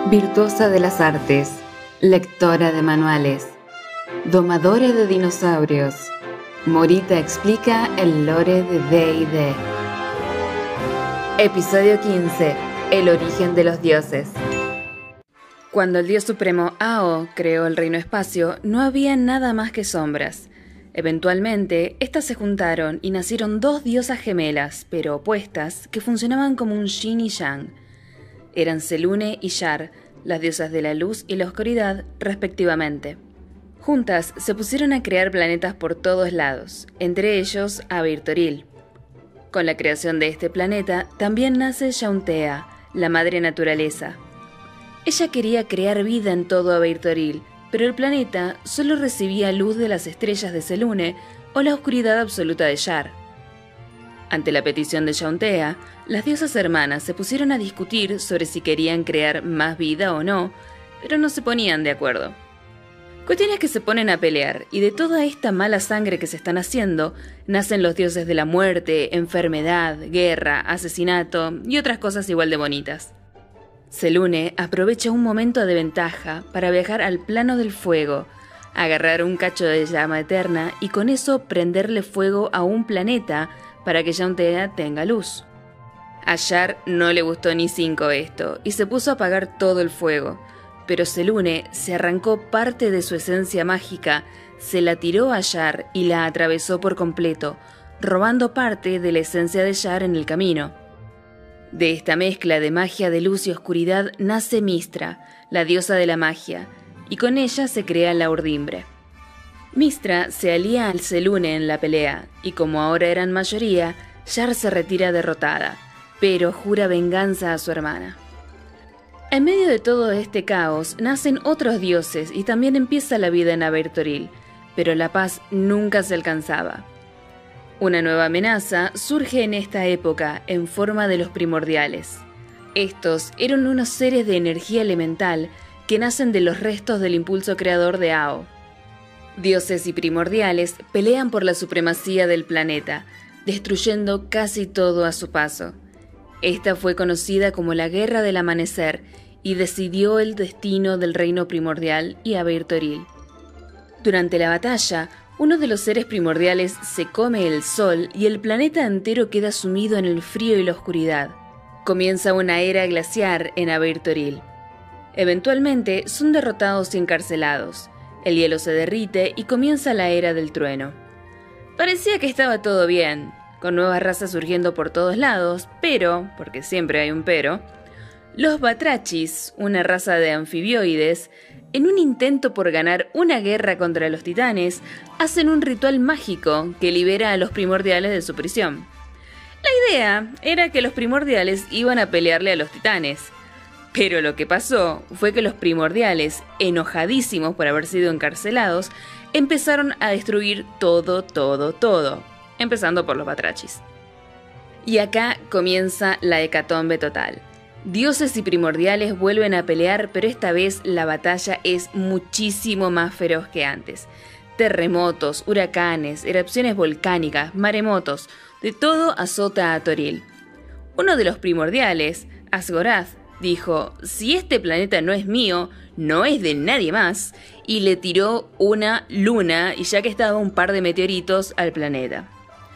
Virtuosa de las artes, lectora de manuales, domadora de dinosaurios, Morita explica el lore de D&D. Episodio 15. El origen de los dioses. Cuando el dios supremo Ao creó el reino espacio, no había nada más que sombras. Eventualmente, estas se juntaron y nacieron dos diosas gemelas, pero opuestas, que funcionaban como un yin y yang. Eran Selune y Shar, las diosas de la luz y la oscuridad, respectivamente. Juntas se pusieron a crear planetas por todos lados, entre ellos Abeir-Toril. Con la creación de este planeta también nace Chauntea, la madre naturaleza. Ella quería crear vida en todo Abeir-Toril, pero el planeta solo recibía luz de las estrellas de Selune o la oscuridad absoluta de Shar. Ante la petición de Chauntea, las diosas hermanas se pusieron a discutir sobre si querían crear más vida o no, pero no se ponían de acuerdo. Cuestión es que se ponen a pelear, y de toda esta mala sangre que se están haciendo, nacen los dioses de la muerte, enfermedad, guerra, asesinato y otras cosas igual de bonitas. Selune aprovecha un momento de ventaja para viajar al plano del fuego, agarrar un cacho de llama eterna y con eso prenderle fuego a un planeta para que Chauntea tenga luz. A Shar no le gustó ni cinco esto y se puso a apagar todo el fuego, pero Selune se arrancó parte de su esencia mágica, se la tiró a Shar y la atravesó por completo, robando parte de la esencia de Shar en el camino. De esta mezcla de magia de luz y oscuridad nace Mystra, la diosa de la magia, y con ella se crea la Urdimbre. Mystra se alía al Selune en la pelea, y como ahora eran mayoría, Shar se retira derrotada, pero jura venganza a su hermana. En medio de todo este caos, nacen otros dioses y también empieza la vida en Abeir-Toril, pero la paz nunca se alcanzaba. Una nueva amenaza surge en esta época en forma de los primordiales. Estos eran unos seres de energía elemental que nacen de los restos del impulso creador de Ao. Dioses y primordiales pelean por la supremacía del planeta, destruyendo casi todo a su paso. Esta fue conocida como la Guerra del Amanecer y decidió el destino del reino primordial y Abeir-Toril. Durante la batalla, uno de los seres primordiales se come el sol y el planeta entero queda sumido en el frío y la oscuridad. Comienza una era glaciar en Abeir-Toril. Eventualmente son derrotados y encarcelados. El hielo se derrite y comienza la era del trueno. Parecía que estaba todo bien, con nuevas razas surgiendo por todos lados, pero, porque siempre hay un pero, los batrachis, una raza de anfibioides, en un intento por ganar una guerra contra los titanes, hacen un ritual mágico que libera a los primordiales de su prisión. La idea era que los primordiales iban a pelearle a los titanes, pero lo que pasó fue que los primordiales, enojadísimos por haber sido encarcelados, empezaron a destruir todo, empezando por los batrachis. Y acá comienza la hecatombe total. Dioses y primordiales vuelven a pelear, pero esta vez la batalla es muchísimo más feroz que antes. Terremotos, huracanes, erupciones volcánicas, maremotos, de todo azota a Toril. Uno de los primordiales, Asgorath, dijo: si este planeta no es mío, no es de nadie más, y le tiró una luna y ya que estaba un par de meteoritos al planeta.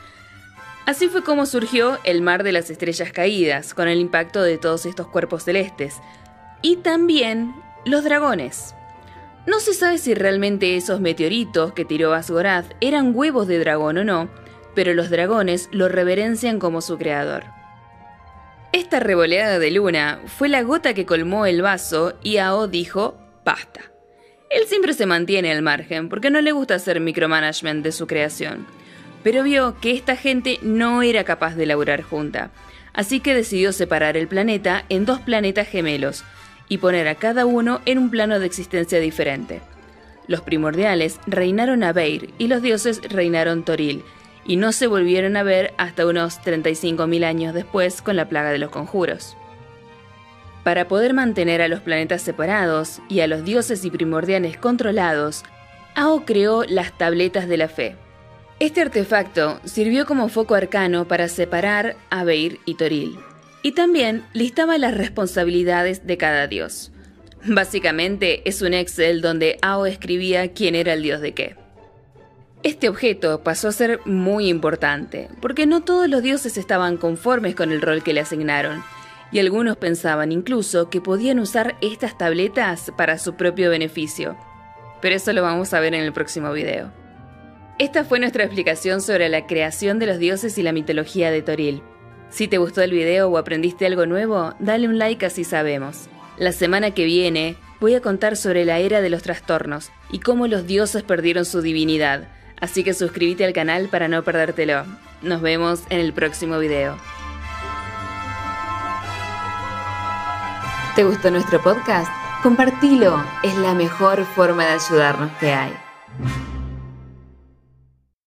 Así fue como surgió el mar de las estrellas caídas, con el impacto de todos estos cuerpos celestes, y también los dragones. No se sabe si realmente esos meteoritos que tiró Asgorath eran huevos de dragón o no, pero los dragones lo reverencian como su creador. Esta revoleada de luna fue la gota que colmó el vaso y Ao dijo: basta. Él siempre se mantiene al margen porque no le gusta hacer micromanagement de su creación, pero vio que esta gente no era capaz de laburar junta, así que decidió separar el planeta en dos planetas gemelos y poner a cada uno en un plano de existencia diferente. Los primordiales reinaron Abeir y los dioses reinaron Toril, y no se volvieron a ver hasta unos 35.000 años después con la plaga de los conjuros. Para poder mantener a los planetas separados y a los dioses y primordiales controlados, Ao creó las tabletas de la fe. Este artefacto sirvió como foco arcano para separar Abeir y Toril, y también listaba las responsabilidades de cada dios. Básicamente es un Excel donde Ao escribía quién era el dios de qué. Este objeto pasó a ser muy importante, porque no todos los dioses estaban conformes con el rol que le asignaron, y algunos pensaban incluso que podían usar estas tabletas para su propio beneficio. Pero eso lo vamos a ver en el próximo video. Esta fue nuestra explicación sobre la creación de los dioses y la mitología de Toril. Si te gustó el video o aprendiste algo nuevo, dale un like así sabemos. La semana que viene voy a contar sobre la era de los trastornos y cómo los dioses perdieron su divinidad, así que suscríbete al canal para no perdértelo. Nos vemos en el próximo video. ¿Te gustó nuestro podcast? Compartilo, es la mejor forma de ayudarnos que hay.